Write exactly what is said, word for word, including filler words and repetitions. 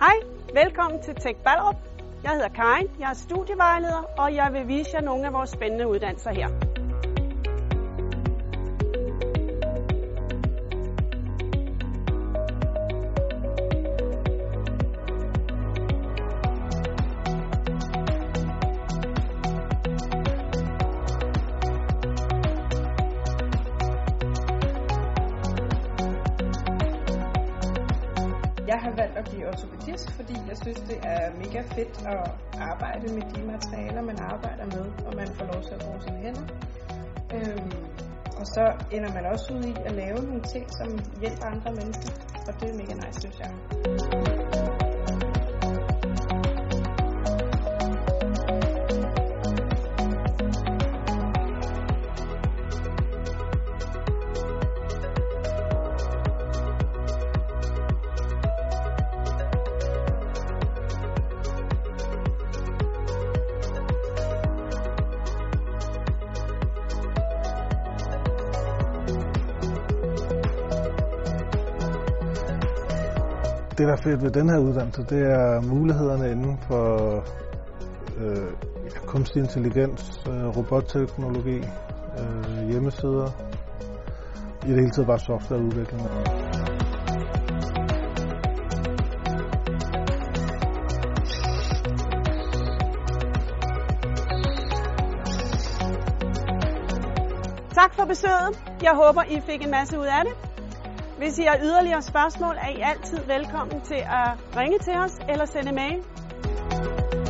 Hej, velkommen til Tech Ballerup. Jeg hedder Karin, jeg er studievejleder, og jeg vil vise jer nogle af vores spændende uddannelser her. Jeg har valgt at blive ortopedist, fordi jeg synes, det er mega fedt at arbejde med de materialer, man arbejder med, og man får lov til at bruge sine hænder. Øhm, og så ender man også ud i at lave nogle ting, som hjælper andre mennesker, og det er mega nice, synes jeg. Det, der er fedt ved den her uddannelse, det er mulighederne inden for øh, kunstig intelligens, øh, robotteknologi, øh, hjemmesider, i det hele taget bare softwareudvikling. Tak for besøget. Jeg håber, I fik en masse ud af det. Hvis I har yderligere spørgsmål, er I altid velkommen til at ringe til os eller sende mail.